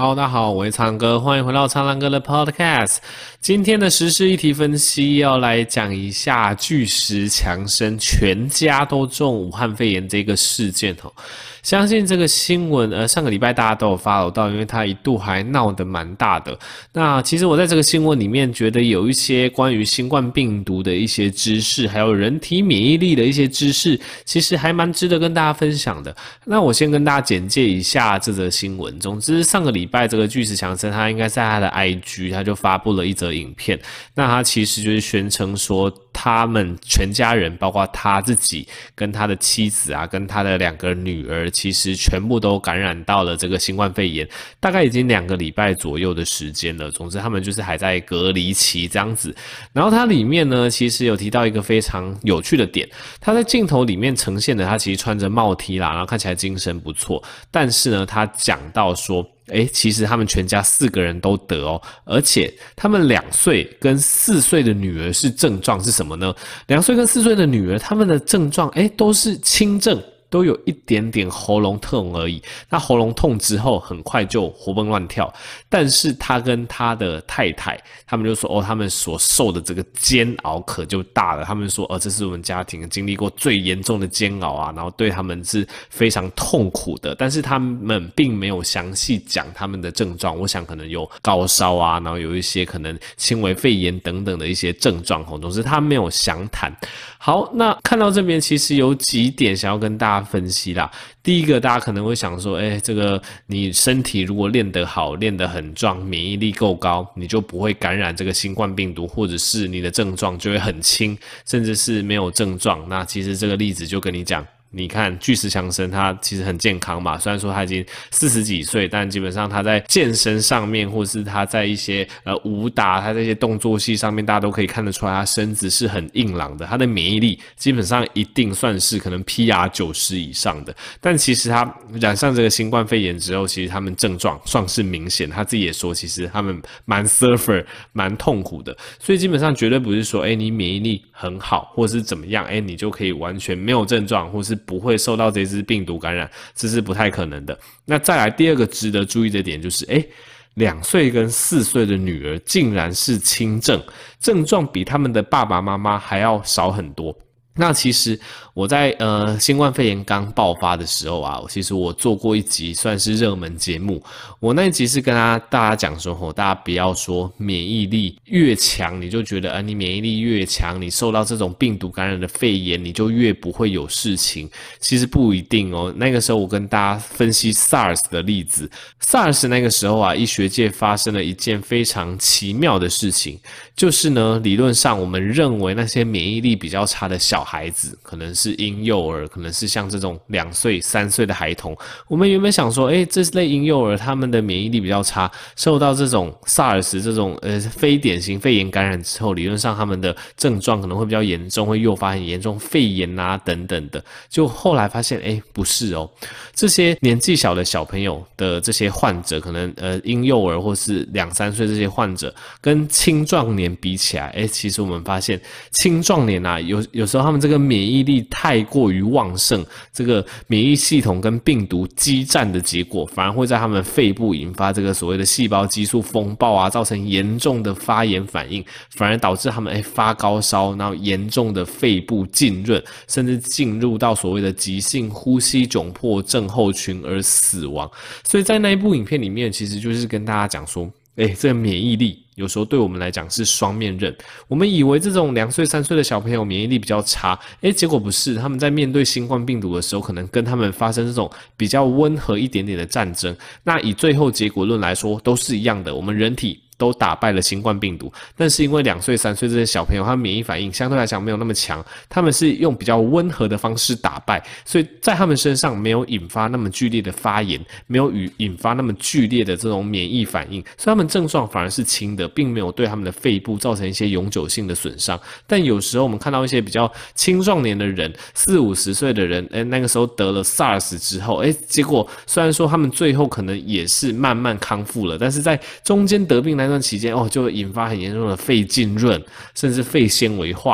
Hello，大家好，我是苍哥，欢迎回到苍狼哥的 Podcast。今天的时事议题分析要来讲一下巨石强森全家都中武汉肺炎这个事件哦。相信这个新闻，上个礼拜大家都有 follow 到，因为它一度还闹得蛮大的。那其实我在这个新闻里面觉得有一些关于新冠病毒的一些知识，还有人体免疫力的一些知识，其实还蛮值得跟大家分享的。那我先跟大家简介一下这则新闻。总之，上个礼拜这个巨石强森他应该在他的 IG 他就发布了一则影片，那他其实就是宣称说他们全家人，包括他自己跟他的妻子啊，跟他的2个女儿，其实全部都感染到了这个新冠肺炎，大概已经2个礼拜左右的时间了。总之他们就是还在隔离期这样子。然后它里面呢，其实有提到一个非常有趣的点，他在镜头里面呈现的他其实穿着帽 T 啦，然后看起来精神不错，但是呢他讲到说其实他们全家4个人都得哦，而且他们2岁跟4岁的女儿是症状是什么呢？2岁跟4岁的女儿他们的症状都是轻症，都有一点点喉咙痛而已。那喉咙痛之后很快就活蹦乱跳，但是他跟他的太太他们就说他们所受的这个煎熬可就大了。他们说这是我们家庭经历过最严重的煎熬啊，然后对他们是非常痛苦的。但是他们并没有详细讲他们的症状，我想可能有高烧啊，然后有一些可能轻微肺炎等等的一些症状，总之他没有详谈。好，那看到这边其实有几点想要跟大家分析啦。第一个，大家可能会想说这个你身体如果练得好，练得很壮，免疫力够高，你就不会感染这个新冠病毒，或者是你的症状就会很轻，甚至是没有症状。那其实这个例子就跟你讲，你看巨石强森他其实很健康嘛，虽然说他已经40几岁，但基本上他在健身上面，或是他在一些武打，他在一些动作戏上面，大家都可以看得出来他身子是很硬朗的，他的免疫力基本上一定算是可能 PR90 以上的。但其实他染上这个新冠肺炎之后，其实他们症状算是明显，他自己也说其实他们蛮 suffer 蛮痛苦的。所以基本上绝对不是说你免疫力很好或是怎么样你就可以完全没有症状，或是不会受到这支病毒感染，这是不太可能的。那再来第二个值得注意的点就是2岁跟4岁的女儿竟然是轻症，症状比他们的爸爸妈妈还要少很多。那其实我在新冠肺炎刚爆发的时候啊，其实我做过一集算是热门节目。我那一集是跟大家讲说大家不要说免疫力越强你就觉得你免疫力越强，你受到这种病毒感染的肺炎你就越不会有事情。其实不一定哦。那个时候我跟大家分析 SARS 的例子， SARS 那个时候啊，医学界发生了一件非常奇妙的事情，就是呢理论上我们认为那些免疫力比较差的小孩子，可能是婴幼儿，可能是像这种2岁3岁的孩童，我们原本想说这类婴幼儿他们的免疫力比较差，受到这种 SARS 这种非典型肺炎感染之后，理论上他们的症状可能会比较严重，会诱发很严重肺炎啊等等的。就后来发现不是哦，这些年纪小的小朋友的这些患者，可能婴幼儿或是2、3岁这些患者跟青壮年比起来其实我们发现青壮年啊有时候他们这个免疫力太过于旺盛，这个免疫系统跟病毒激战的结果，反而会在他们肺部引发这个所谓的细胞激素风暴啊，造成严重的发炎反应，反而导致他们发高烧，然后严重的肺部浸润，甚至进入到所谓的急性呼吸窘迫症候群而死亡。所以在那一部影片里面，其实就是跟大家讲说这个免疫力有时候对我们来讲是双面刃。我们以为这种2岁3岁的小朋友免疫力比较差结果不是，他们在面对新冠病毒的时候，可能跟他们发生这种比较温和一点点的战争，那以最后结果论来说都是一样的，我们人体都打败了新冠病毒，但是因为2岁3岁这些小朋友他们免疫反应相对来讲没有那么强，他们是用比较温和的方式打败，所以在他们身上没有引发那么剧烈的发炎，没有引发那么剧烈的这种免疫反应，所以他们症状反而是轻的，并没有对他们的肺部造成一些永久性的损伤。但有时候我们看到一些比较青壮年的人，40、50岁的人那个时候得了 SARS 之后结果虽然说他们最后可能也是慢慢康复了，但是在中间得病那段期间就引发很严重的肺浸润，甚至肺纤维化，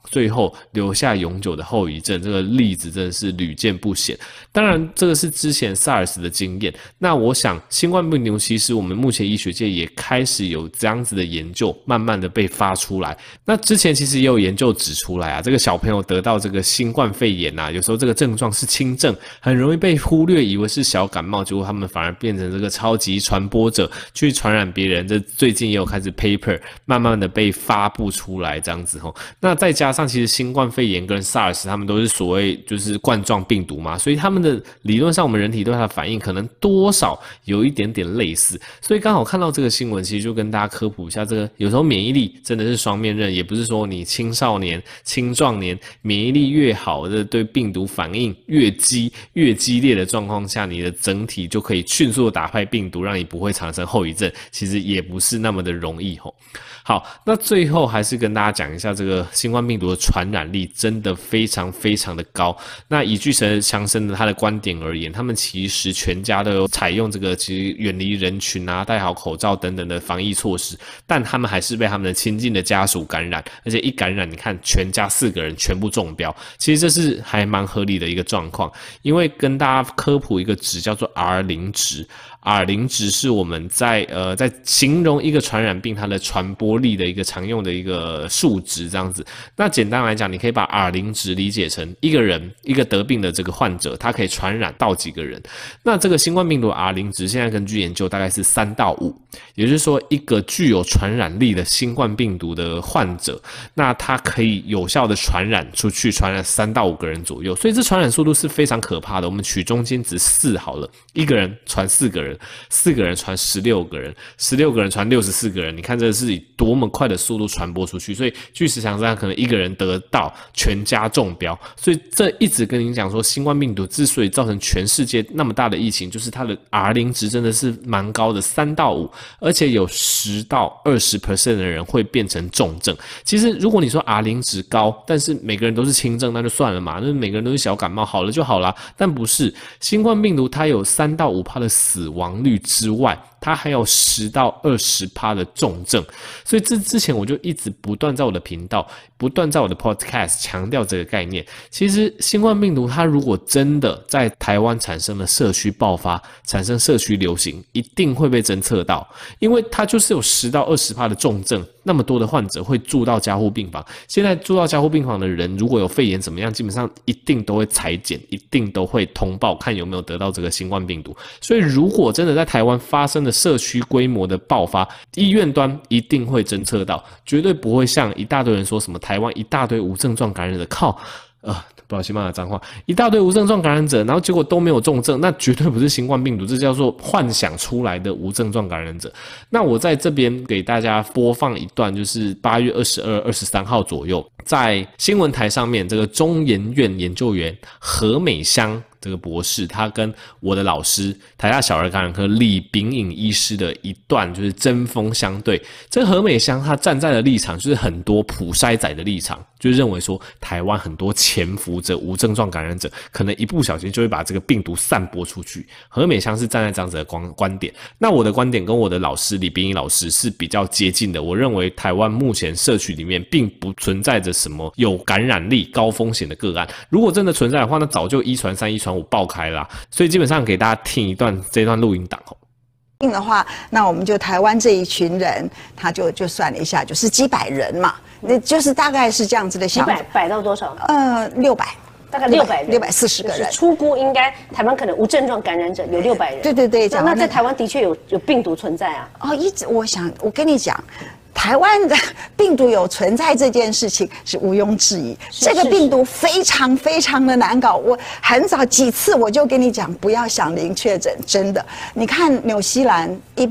最后留下永久的后遗症，这个例子真的是屡见不鲜。当然，这个是之前 SARS 的经验。那我想，新冠病毒其实我们目前医学界也开始有这样子的研究，慢慢的被发出来。那之前其实也有研究指出来啊，这个小朋友得到这个新冠肺炎啊，有时候这个症状是轻症，很容易被忽略，以为是小感冒，结果他们反而变成这个超级传播者，去传染别人。这最近也有开始 paper 慢慢的被发布出来，这样子吼。那再加上其实新冠肺炎跟 SARS 他们都是所谓就是冠状病毒嘛，所以他们的理论上我们人体对它的反应可能多少有一点点类似。所以刚好看到这个新闻，其实就跟大家科普一下，这个有时候免疫力真的是双面刃，也不是说你青少年、青壮年免疫力越好，这对病毒反应越激烈的状况下，你的整体就可以迅速的打败病毒，让你不会产生后遗症，其实也不是那么的容易吼。好，那最后还是跟大家讲一下，这个新冠病毒的传染力真的非常非常的高。那以巨石强森的他的观点而言，他们其实全家都有采用这个其实远离人群啊、戴好口罩等等的防疫措施，但他们还是被他们的亲近的家属感染，而且一感染，你看全家4个人全部中标，其实这是还蛮合理的一个状况。因为跟大家科普一个值叫做 R0 值。R0 值是我们在形容一个传染病它的传播力的一个常用的一个数值这样子。那简单来讲，你可以把 R0 值理解成一个得病的这个患者，他可以传染到几个人。那这个新冠病毒 R0 值现在根据研究大概是3到5，也就是说一个具有传染力的新冠病毒的患者，那他可以有效的传染出去，传染3到5个人左右。所以这传染速度是非常可怕的。我们取中间值4好了，一个人传4个人，4个人传16个人，16个人传64个人，你看这是以多么快的速度传播出去。所以巨石强森可能一个人得到，全家中标。所以这一直跟您讲说，新冠病毒之所以造成全世界那么大的疫情，就是它的 R0 值真的是蛮高的，3到5，而且有10到20% 的人会变成重症。其实如果你说 R0 值高，但是每个人都是轻症，那就算了嘛，那每个人都是小感冒，好了就好啦。但不是，新冠病毒它有3到5%的死亡率之外，它还有10到20%的重症。所以这之前我就一直不断在我的频道，不断在我的 podcast 强调这个概念。其实新冠病毒它如果真的在台湾产生了社区爆发，产生社区流行，一定会被侦测到，因为它就是有10到20%的重症，那么多的患者会住到加护病房。现在住到加护病房的人，如果有肺炎怎么样，基本上一定都会采检，一定都会通报看有没有得到这个新冠病毒。所以如果真的在台湾发生的社区规模的爆发，医院端一定会侦测到，绝对不会像一大堆人说什么台湾一大堆无症状感染者，不小心骂了脏话，一大堆无症状感染者，然后结果都没有重症，那绝对不是新冠病毒，这叫做幻想出来的无症状感染者。那我在这边给大家播放一段，就是8月22、23号左右，在新闻台上面，这个中研院研究员何美香这个博士，他跟我的老师台大小儿感染科李秉颖医师的一段就是针锋相对。这个何美香他站在的立场就是很多普筛仔的立场，就认为说台湾很多潜伏着无症状感染者，可能一不小心就会把这个病毒散播出去。何美香是站在这样子的观点，那我的观点跟我的老师李秉颖老师是比较接近的。我认为台湾目前社区里面并不存在着什么有感染力、高风险的个案，如果真的存在的话，那早就1传3、1传5爆开啦。所以基本上给大家听这段录音档病的话，那我们就台湾这一群人，他就算了一下，就是几百人嘛，那就是大概是这样子的想法。 几百到多少 ？600，大概640个人。 初估应该台湾可能无症状感染者有600人。 对， 那在台湾的确有病毒存在啊。 我跟你讲。台湾的病毒有存在这件事情是毋庸置疑，这个病毒非常非常的难搞。我很早几次我就跟你讲，不要想零确诊，真的。你看纽西兰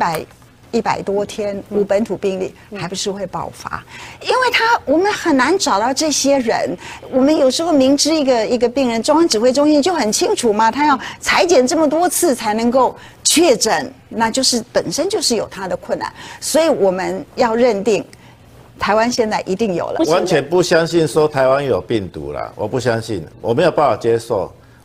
100多天无本土病例，还不是会爆发？因为我们很难找到这些人。我们有时候明知一个病人，中央指挥中心就很清楚嘛，他要采检这么多次才能够确诊，那就是本身就是有他的困难。所以我们要认定，台湾现在一定有了。 完全不相信说台湾有病毒啦，我不相信，我没有办法接受。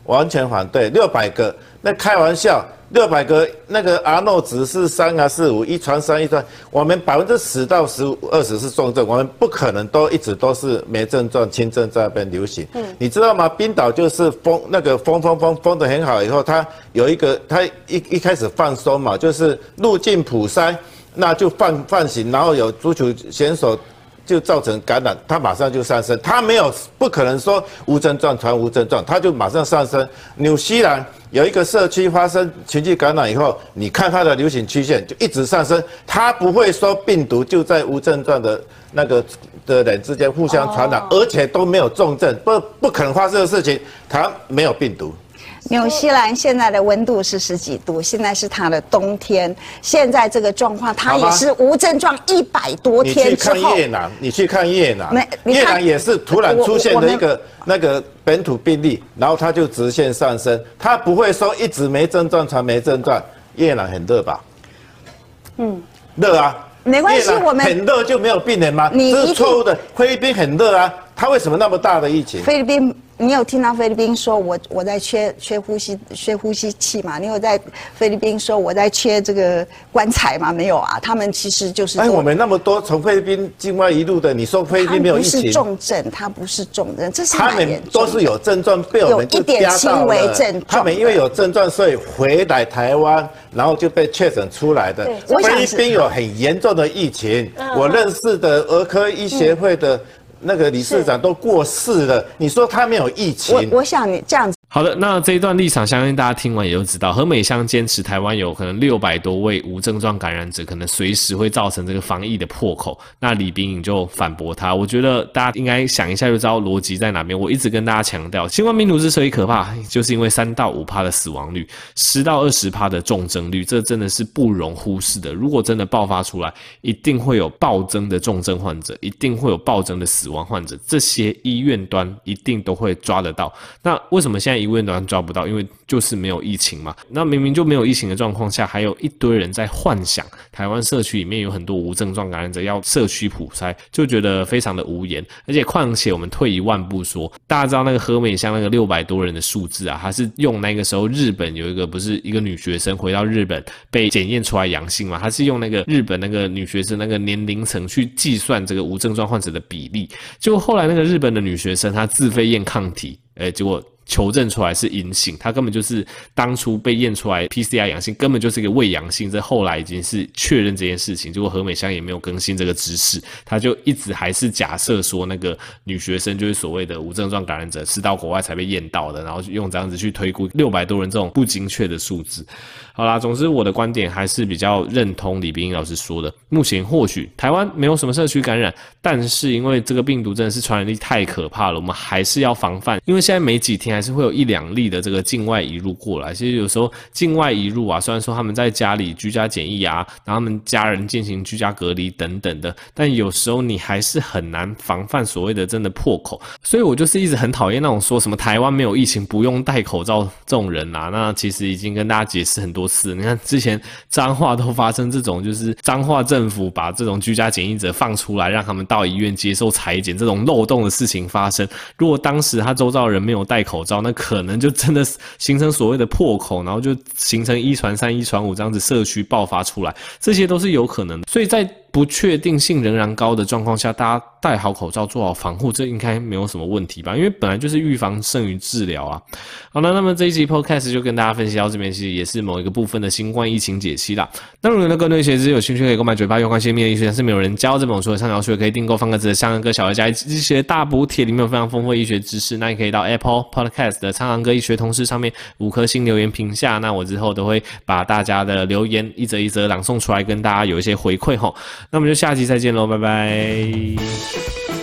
完全反对600个，那开玩笑，600个那个 R 诺值是3啊4、5，一传3一传，我们10%到15、20是重症，我们不可能一直都是没症状、轻症在那边流行。你知道吗？冰岛就是封得很好以后，它有一个，它一开始放松嘛，就是入境普筛，那就放行，然后有足球选手。就造成感染，它马上就上升，它不可能说无症状传无症状，它就马上上升。纽西兰有一个社区发生群聚感染以后，你看它的流行曲线就一直上升，它不会说病毒就在无症状的的人之间互相传染，而且都没有重症，不可能发生的事情，它没有病毒。 纽西兰现在的温度是10几度，现在是它的冬天。现在这个状况，它也是无症状100多天之后。 你去看越南，越南也是突然出现的一个那个本土病例，然后它就直线上升，它不会说一直没症状传没症状。越南很热吧？热啊。 没关系，我们很热就没有病人吗？这是错误的。菲律宾很热啊，它为什么那么大的疫情？ 菲律宾，你有听到菲律宾说我在缺呼吸器吗？你有在菲律宾说我在缺这个棺材吗？没有啊，他们其实就是。 我们那么多从菲律宾境外一路的，你说菲律宾没有疫情？ 不是重症，它不是重症，这是他们都是有症状，被我们有一点轻微症状。 他们因为有症状，所以回来台湾，然后就被确诊出来的。菲律宾有很严重的疫情，我认识的儿科医协会的那个理事长都过世了，你说他没有疫情？ 我想你这样子。 好的，那这一段立场，相信大家听完也就知道，何美香坚持台湾有可能600多位无症状感染者，可能随时会造成这个防疫的破口。那李秉颖就反驳他，我觉得大家应该想一下就知道逻辑在哪边。我一直跟大家强调，新冠病毒之所以可怕，就是因为3到5%的死亡率，10到20%的重症率，这真的是不容忽视的。如果真的爆发出来，一定会有暴增的重症患者，一定会有暴增的死亡患者，这些医院端一定都会抓得到。那为什么现在医院端抓不到？因为就是没有疫情嘛。那明明就没有疫情的状况下，还有一堆人在幻想台湾社区里面有很多无症状感染者要社区普筛，就觉得非常的无言。而且况且我们退一万步说，大家知道那个何美香那个600多人的数字啊，他是用那个时候日本有一个不是一个女学生回到日本被检验出来阳性嘛，他是用那个日本那个女学生那个年龄层去计算这个无症状患者的比例。结果后来那个日本的女学生她自费验抗体，结果求证出来是阴性，他根本就是当初被验出来 PCR 阳性，根本就是一个伪阳性，这后来已经是确认这件事情。结果何美香也没有更新这个知识，他就一直还是假设说那个女学生就是所谓的无症状感染者，是到国外才被验到的，然后用这样子去推估600多人这种不精确的数字。好啦，总之我的观点还是比较认同李秉颖老师说的，目前或许台湾没有什么社区感染，但是因为这个病毒真的是传染力太可怕了，我们还是要防范，因为现在没几天还是会有1、2例的这个境外移入过来。其实有时候境外移入啊，虽然说他们在家里居家检疫啊，然后他们家人进行居家隔离等等的，但有时候你还是很难防范所谓的真的破口。所以我就是一直很讨厌那种说什么台湾没有疫情不用戴口罩这种人啊。那其实已经跟大家解释很多次，你看之前彰化都发生这种，就是彰化政府把这种居家检疫者放出来，让他们到医院接受采检，这种漏洞的事情发生。如果当时他周遭的人没有戴口罩，那可能就真的形成所谓的破口，然后就形成1传3、1传5这样子社区爆发出来，这些都是有可能的。所以在不确定性仍然高的状况下，大家戴好口罩做好防护，这应该没有什么问题吧？因为本来就是预防胜于治疗啊。好，那么这一集 podcast 就跟大家分析到这边，其实也是某一个部分的新冠疫情解析啦。那如果对更多医学知识有兴趣，可以购买嘴巴有关系的医学，但是没有人教这本书的畅销书，可以订购方格子的苍狼哥小儿加医学大补帖，里面有非常丰富的医学知识。那也可以到 Apple Podcast 的苍狼哥医学同事上面5颗星留言评价，那我之后都会把大家的留言一则一则朗诵出来，跟大家有一些回馈齁。那我们就下期再见咯，拜拜。